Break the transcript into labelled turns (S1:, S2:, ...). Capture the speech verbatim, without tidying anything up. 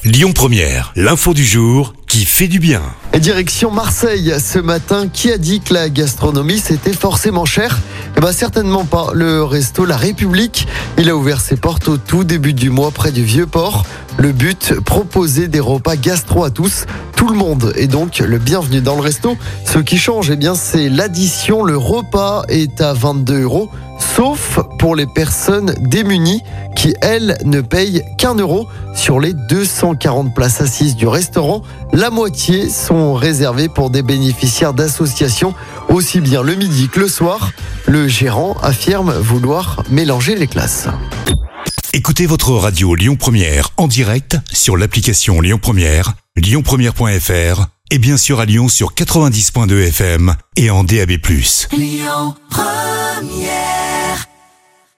S1: Lyon Première, l'info du jour qui fait du bien.
S2: Et direction Marseille ce matin. Qui a dit que la gastronomie c'était forcément cher ? Eh ben certainement pas. Le resto La République, il a ouvert ses portes au tout début du mois près du Vieux-Port. Le but, proposer des repas gastro à tous. Tout le monde est donc le bienvenu dans le resto. Ce qui change, eh bien, c'est l'addition. Le repas est à vingt-deux euros, sauf pour les personnes démunies qui, elles, ne payent qu'un euro sur les deux cent quarante places assises du restaurant. La moitié sont réservées pour des bénéficiaires d'associations, aussi bien le midi que le soir. Le gérant affirme vouloir mélanger les classes.
S1: Écoutez votre radio Lyon Première en direct sur l'application Lyon Première, lyon première point f r et bien sûr à Lyon sur quatre-vingt-dix point deux F M et en D A B plus.
S3: Lyon Première.